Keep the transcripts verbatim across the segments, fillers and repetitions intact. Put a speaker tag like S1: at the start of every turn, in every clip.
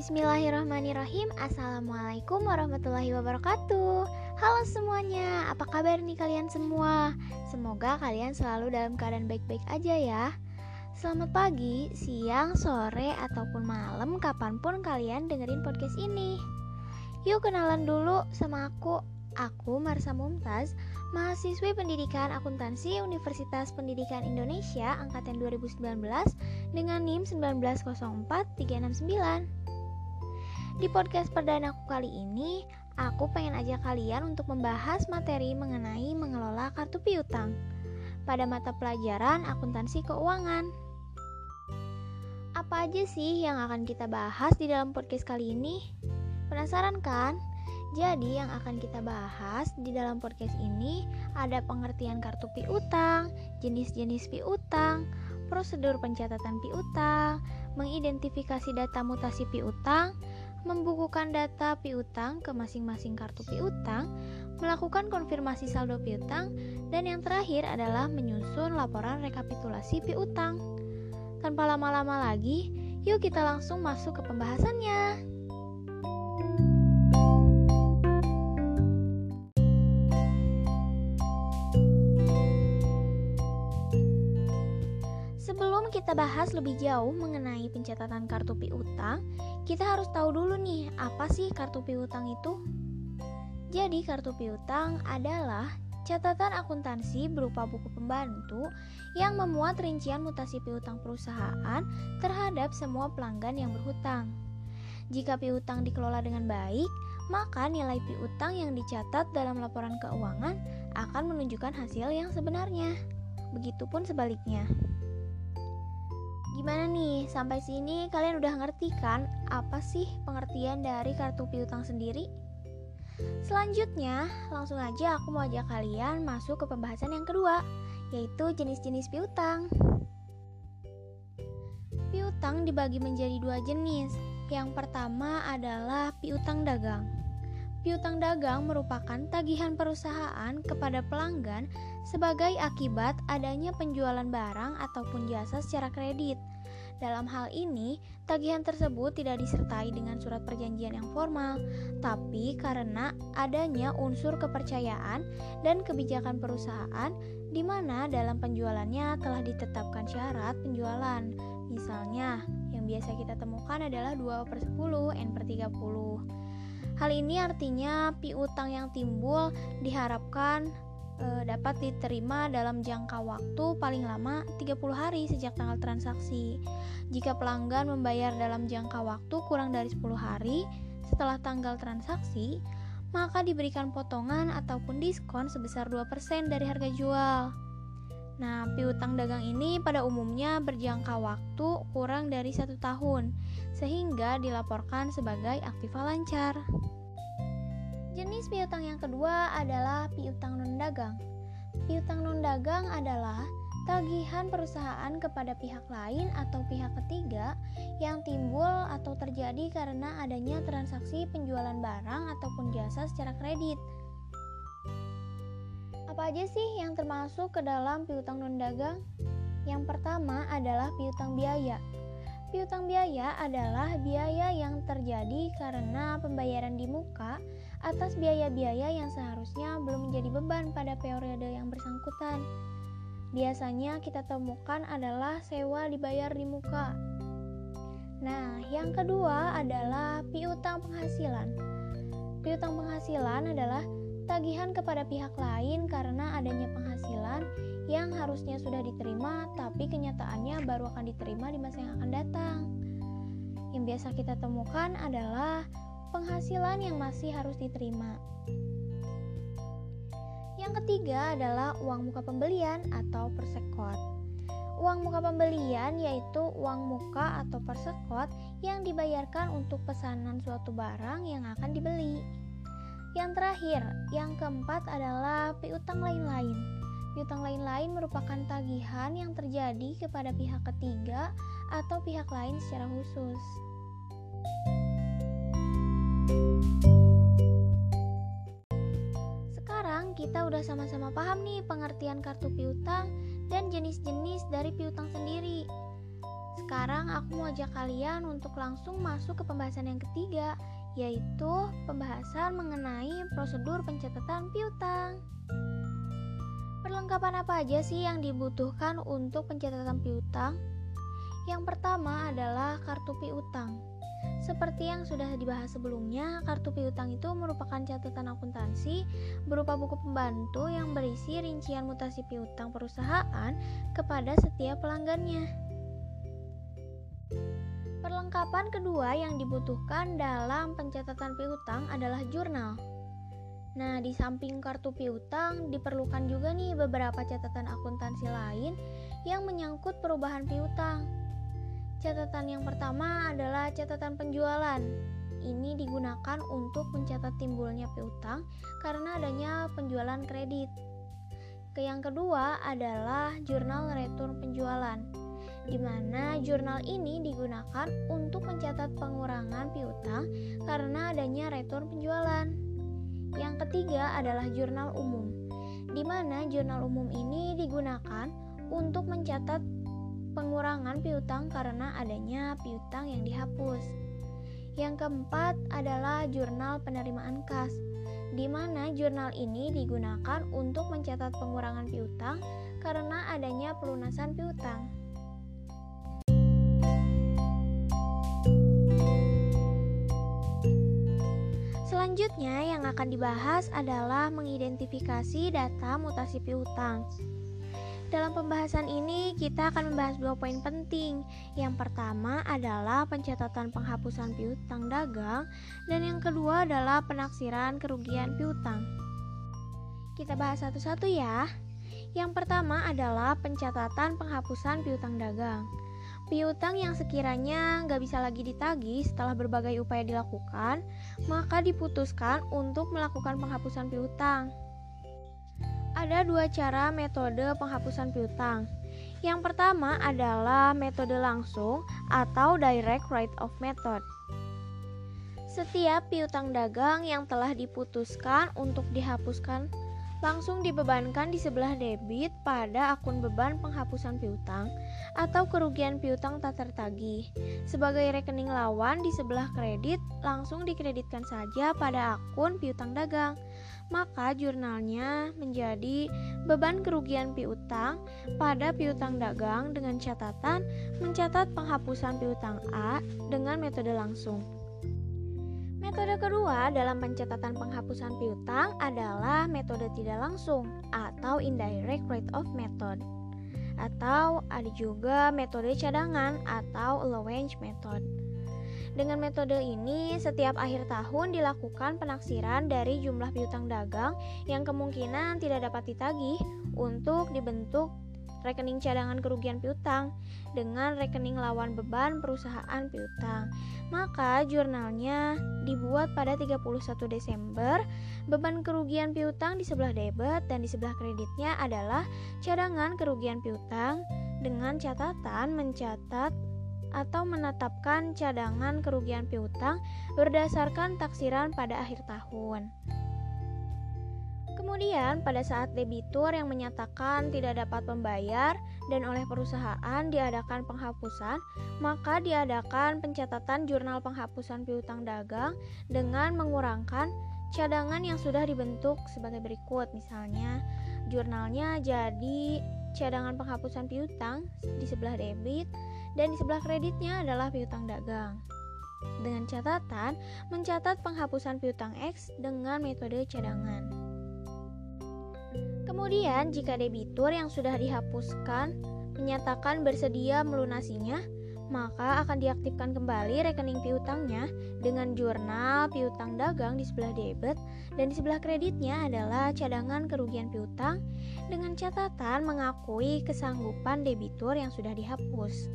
S1: Bismillahirrahmanirrahim. Assalamualaikum warahmatullahi wabarakatuh. Halo semuanya, apa kabar nih kalian semua? Semoga kalian selalu dalam keadaan baik-baik aja ya. Selamat pagi, siang, sore, ataupun malam, kapanpun kalian dengerin podcast ini. Yuk kenalan dulu sama aku. Aku Marsha Mumtaz, mahasiswi pendidikan akuntansi Universitas Pendidikan Indonesia angkatan dua ribu sembilan belas dengan N I M sembilan belas nol empat tiga enam sembilan. Di podcast perdana aku kali ini, aku pengen ajak kalian untuk membahas materi mengenai mengelola kartu piutang pada mata pelajaran akuntansi keuangan. Apa aja sih yang akan kita bahas di dalam podcast kali ini? Penasaran kan? Jadi yang akan kita bahas di dalam podcast ini ada pengertian kartu piutang, jenis-jenis piutang, prosedur pencatatan piutang, mengidentifikasi data mutasi piutang, membukukan data piutang ke masing-masing kartu piutang, melakukan konfirmasi saldo piutang, dan yang terakhir adalah menyusun laporan rekapitulasi piutang. Tanpa lama-lama lagi, yuk kita langsung masuk ke pembahasannya. Sebelum kita bahas lebih jauh mengenai pencatatan kartu piutang, kita harus tahu dulu nih, apa sih kartu piutang itu? Jadi kartu piutang adalah catatan akuntansi berupa buku pembantu yang memuat rincian mutasi piutang perusahaan terhadap semua pelanggan yang berhutang. Jika piutang dikelola dengan baik, maka nilai piutang yang dicatat dalam laporan keuangan akan menunjukkan hasil yang sebenarnya. Begitupun sebaliknya. Gimana nih, sampai sini kalian udah ngerti kan apa sih pengertian dari kartu piutang sendiri? Selanjutnya, langsung aja aku mau ajak kalian masuk ke pembahasan yang kedua, yaitu jenis-jenis piutang. Piutang dibagi menjadi dua jenis. Yang pertama adalah piutang dagang. Piutang dagang merupakan tagihan perusahaan kepada pelanggan sebagai akibat adanya penjualan barang ataupun jasa secara kredit. Dalam hal ini, tagihan tersebut tidak disertai dengan surat perjanjian yang formal, tapi karena adanya unsur kepercayaan dan kebijakan perusahaan di mana dalam penjualannya telah ditetapkan syarat penjualan. Misalnya, yang biasa kita temukan adalah dua per sepuluh, N per tiga puluh. Hal ini artinya piutang yang timbul diharapkan e, dapat diterima dalam jangka waktu paling lama tiga puluh hari sejak tanggal transaksi. Jika pelanggan membayar dalam jangka waktu kurang dari sepuluh hari setelah tanggal transaksi, maka diberikan potongan ataupun diskon sebesar dua persen dari harga jual. Nah, piutang dagang ini pada umumnya berjangka waktu kurang dari satu tahun, sehingga dilaporkan sebagai aktiva lancar. Jenis piutang yang kedua adalah piutang non-dagang. Piutang non-dagang adalah tagihan perusahaan kepada pihak lain atau pihak ketiga yang timbul atau terjadi karena adanya transaksi penjualan barang ataupun jasa secara kredit. Apa aja sih yang termasuk ke dalam piutang non-dagang? Yang pertama adalah piutang biaya. Piutang biaya adalah biaya yang terjadi karena pembayaran di muka atas biaya-biaya yang seharusnya belum menjadi beban pada periode yang bersangkutan. Biasanya kita temukan adalah sewa dibayar di muka. Nah, yang kedua adalah piutang penghasilan. Piutang penghasilan adalah tagihan kepada pihak lain karena adanya penghasilan yang harusnya sudah diterima tapi kenyataannya baru akan diterima di masa yang akan datang. Yang biasa kita temukan adalah penghasilan yang masih harus diterima. Yang ketiga adalah uang muka pembelian atau persekot. Uang muka pembelian yaitu uang muka atau persekot yang dibayarkan untuk pesanan suatu barang yang akan dibeli. Yang terakhir, yang keempat adalah piutang lain-lain. Piutang lain-lain merupakan tagihan yang terjadi kepada pihak ketiga atau pihak lain secara khusus. Sekarang kita udah sama-sama paham nih pengertian kartu piutang dan jenis-jenis dari piutang sendiri. Sekarang aku mau ajak kalian untuk langsung masuk ke pembahasan yang ketiga, yaitu pembahasan mengenai prosedur pencatatan piutang. Perlengkapan apa aja sih yang dibutuhkan untuk pencatatan piutang? Yang pertama adalah kartu piutang. Seperti yang sudah dibahas sebelumnya, kartu piutang itu merupakan catatan akuntansi berupa buku pembantu yang berisi rincian mutasi piutang perusahaan kepada setiap pelanggannya. Perlengkapan kedua yang dibutuhkan dalam pencatatan piutang adalah jurnal. Nah, di samping kartu piutang diperlukan juga nih beberapa catatan akuntansi lain yang menyangkut perubahan piutang. Catatan yang pertama adalah catatan penjualan. Ini digunakan untuk mencatat timbulnya piutang karena adanya penjualan kredit. Yang kedua adalah jurnal return penjualan, di mana jurnal ini digunakan untuk mencatat pengurangan piutang karena adanya return penjualan. Yang ketiga adalah jurnal umum, di mana jurnal umum ini digunakan untuk mencatat pengurangan piutang karena adanya piutang yang dihapus. Yang keempat adalah jurnal penerimaan kas, di mana jurnal ini digunakan untuk mencatat pengurangan piutang karena adanya pelunasan piutang. Selanjutnya yang akan dibahas adalah mengidentifikasi data mutasi piutang. Dalam pembahasan ini kita akan membahas dua poin penting. Yang pertama adalah pencatatan penghapusan piutang dagang dan yang kedua adalah penaksiran kerugian piutang. Kita bahas satu-satu ya. Yang pertama adalah pencatatan penghapusan piutang dagang. Piutang yang sekiranya nggak bisa lagi ditagih setelah berbagai upaya dilakukan, maka diputuskan untuk melakukan penghapusan piutang. Ada dua cara metode penghapusan piutang. Yang pertama adalah metode langsung atau direct write-off method. Setiap piutang dagang yang telah diputuskan untuk dihapuskan langsung dibebankan di sebelah debit pada akun beban penghapusan piutang atau kerugian piutang tak tertagih. Sebagai rekening lawan di sebelah kredit langsung dikreditkan saja pada akun piutang dagang. Maka jurnalnya menjadi beban kerugian piutang pada piutang dagang dengan catatan mencatat penghapusan piutang A dengan metode langsung. Metode kedua dalam pencatatan penghapusan piutang adalah metode tidak langsung atau indirect write-off method, atau ada juga metode cadangan atau allowance method. Dengan metode ini, setiap akhir tahun dilakukan penaksiran dari jumlah piutang dagang yang kemungkinan tidak dapat ditagih untuk dibentuk rekening cadangan kerugian piutang dengan rekening lawan beban perusahaan piutang. Maka jurnalnya dibuat pada tiga puluh satu Desember, beban kerugian piutang di sebelah debit dan di sebelah kreditnya adalah cadangan kerugian piutang dengan catatan mencatat atau menetapkan cadangan kerugian piutang berdasarkan taksiran pada akhir tahun. Kemudian pada saat debitur yang menyatakan tidak dapat membayar dan oleh perusahaan diadakan penghapusan, maka diadakan pencatatan jurnal penghapusan piutang dagang dengan mengurangkan cadangan yang sudah dibentuk sebagai berikut. Misalnya, jurnalnya jadi cadangan penghapusan piutang di sebelah debit dan di sebelah kreditnya adalah piutang dagang. Dengan catatan mencatat penghapusan piutang X dengan metode cadangan. Kemudian jika debitur yang sudah dihapuskan menyatakan bersedia melunasinya, maka akan diaktifkan kembali rekening piutangnya dengan jurnal piutang dagang di sebelah debit dan di sebelah kreditnya adalah cadangan kerugian piutang dengan catatan mengakui kesanggupan debitur yang sudah dihapus.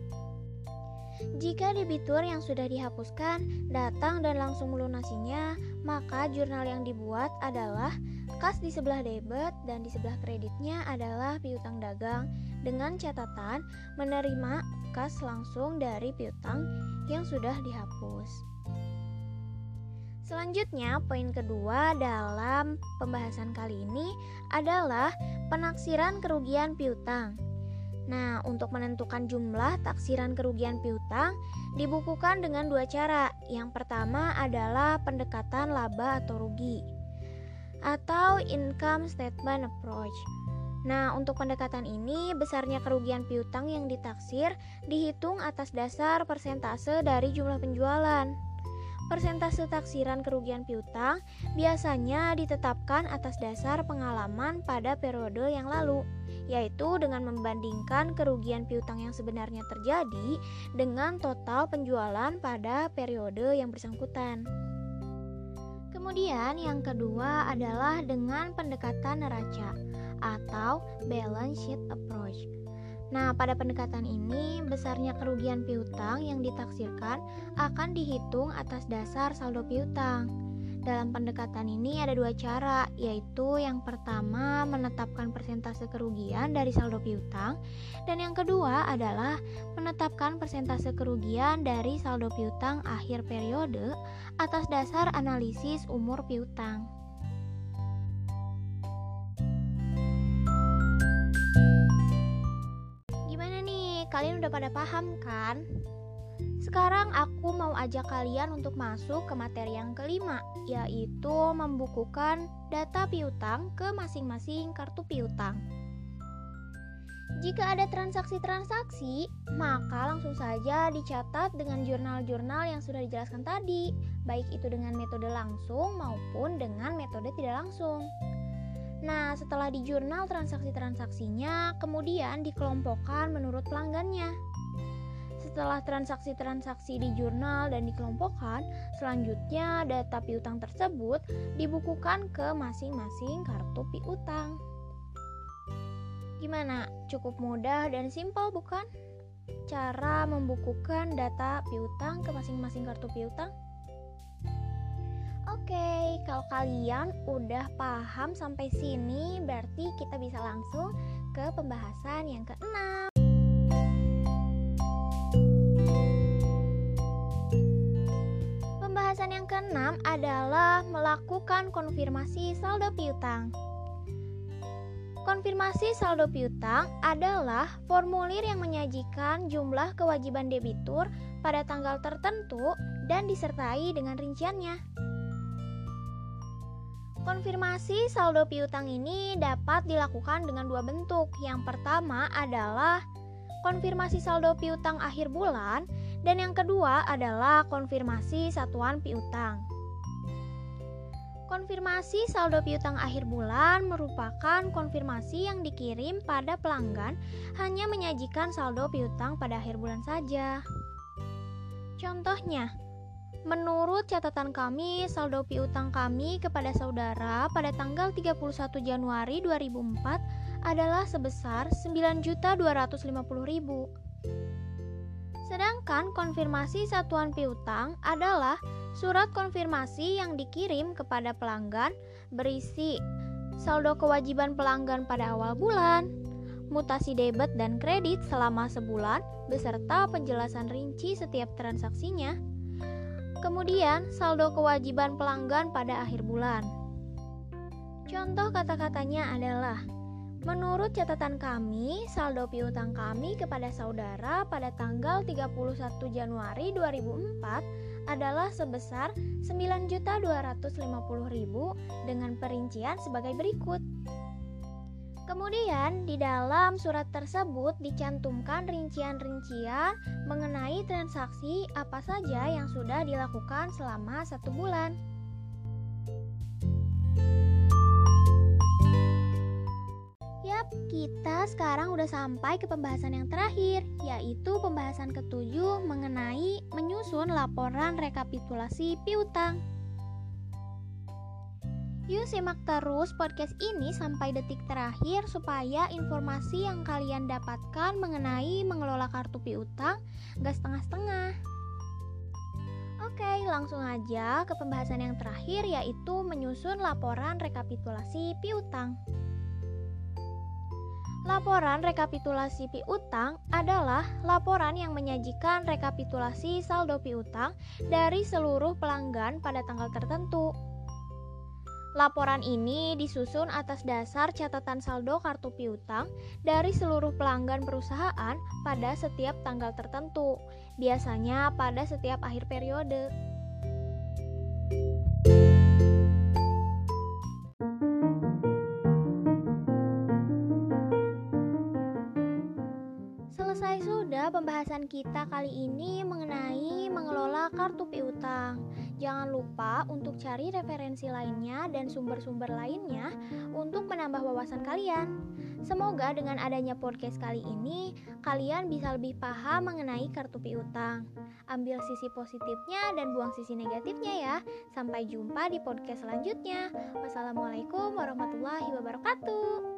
S1: Jika debitur yang sudah dihapuskan datang dan langsung melunasinya, maka jurnal yang dibuat adalah kas di sebelah debit dan di sebelah kreditnya adalah piutang dagang dengan catatan menerima kas langsung dari piutang yang sudah dihapus. Selanjutnya, poin kedua dalam pembahasan kali ini adalah penaksiran kerugian piutang. Nah, untuk menentukan jumlah taksiran kerugian piutang dibukukan dengan dua cara. Yang pertama adalah pendekatan laba atau rugi atau income statement approach. Nah, untuk pendekatan ini, besarnya kerugian piutang yang ditaksir dihitung atas dasar persentase dari jumlah penjualan. Persentase taksiran kerugian piutang biasanya ditetapkan atas dasar pengalaman pada periode yang lalu, yaitu dengan membandingkan kerugian piutang yang sebenarnya terjadi dengan total penjualan pada periode yang bersangkutan. Kemudian yang kedua adalah dengan pendekatan neraca atau balance sheet approach. Nah, pada pendekatan ini, besarnya kerugian piutang yang ditaksirkan akan dihitung atas dasar saldo piutang. Dalam pendekatan ini ada dua cara, yaitu yang pertama menetapkan persentase kerugian dari saldo piutang, dan yang kedua adalah menetapkan persentase kerugian dari saldo piutang akhir periode atas dasar analisis umur piutang. Kalian udah pada paham kan? Sekarang aku mau ajak kalian untuk masuk ke materi yang kelima, yaitu membukukan data piutang ke masing-masing kartu piutang. Jika ada transaksi-transaksi, maka langsung saja dicatat dengan jurnal-jurnal yang sudah dijelaskan tadi, baik itu dengan metode langsung maupun dengan metode tidak langsung. Nah, setelah di jurnal transaksi-transaksinya, kemudian dikelompokkan menurut pelanggannya. Setelah transaksi-transaksi di jurnal dan dikelompokkan, selanjutnya data piutang tersebut dibukukan ke masing-masing kartu piutang. Gimana? Cukup mudah dan simpel bukan? Cara membukukan data piutang ke masing-masing kartu piutang? Oke, kalau kalian udah paham sampai sini, berarti kita bisa langsung ke pembahasan yang keenam. Pembahasan yang keenam adalah melakukan konfirmasi saldo piutang. Konfirmasi saldo piutang adalah formulir yang menyajikan jumlah kewajiban debitur pada tanggal tertentu dan disertai dengan rinciannya. Konfirmasi saldo piutang ini dapat dilakukan dengan dua bentuk. Yang pertama adalah konfirmasi saldo piutang akhir bulan, dan yang kedua adalah konfirmasi satuan piutang. Konfirmasi saldo piutang akhir bulan merupakan konfirmasi yang dikirim pada pelanggan hanya menyajikan saldo piutang pada akhir bulan saja. Contohnya, menurut catatan kami, saldo piutang kami kepada saudara pada tanggal tiga puluh satu Januari dua ribu empat adalah sebesar sembilan juta dua ratus lima puluh ribu. Sedangkan konfirmasi satuan piutang adalah surat konfirmasi yang dikirim kepada pelanggan berisi saldo kewajiban pelanggan pada awal bulan, mutasi debit dan kredit selama sebulan beserta penjelasan rinci setiap transaksinya. Kemudian, saldo kewajiban pelanggan pada akhir bulan. Contoh kata-katanya adalah, menurut catatan kami, saldo piutang kami kepada saudara pada tanggal tiga puluh satu Januari dua ribu empat adalah sebesar sembilan juta dua ratus lima puluh ribu dengan perincian sebagai berikut. Kemudian, di dalam surat tersebut dicantumkan rincian-rincian mengenai transaksi apa saja yang sudah dilakukan selama satu bulan. Yap, kita sekarang udah sampai ke pembahasan yang terakhir, yaitu pembahasan ketujuh mengenai menyusun laporan rekapitulasi piutang. Yuk simak terus podcast ini sampai detik terakhir supaya informasi yang kalian dapatkan mengenai mengelola kartu piutang gak setengah-setengah. Oke, langsung aja ke pembahasan yang terakhir, yaitu menyusun laporan rekapitulasi piutang. Laporan rekapitulasi piutang adalah laporan yang menyajikan rekapitulasi saldo piutang dari seluruh pelanggan pada tanggal tertentu. Laporan ini disusun atas dasar catatan saldo kartu piutang dari seluruh pelanggan perusahaan pada setiap tanggal tertentu, biasanya pada setiap akhir periode. Selesai sudah pembahasan kita kali ini mengenai mengelola kartu piutang. Jangan lupa untuk cari referensi lainnya dan sumber-sumber lainnya untuk menambah wawasan kalian. Semoga dengan adanya podcast kali ini, kalian bisa lebih paham mengenai kartu piutang. Ambil sisi positifnya dan buang sisi negatifnya ya. Sampai jumpa di podcast selanjutnya. Wassalamualaikum warahmatullahi wabarakatuh.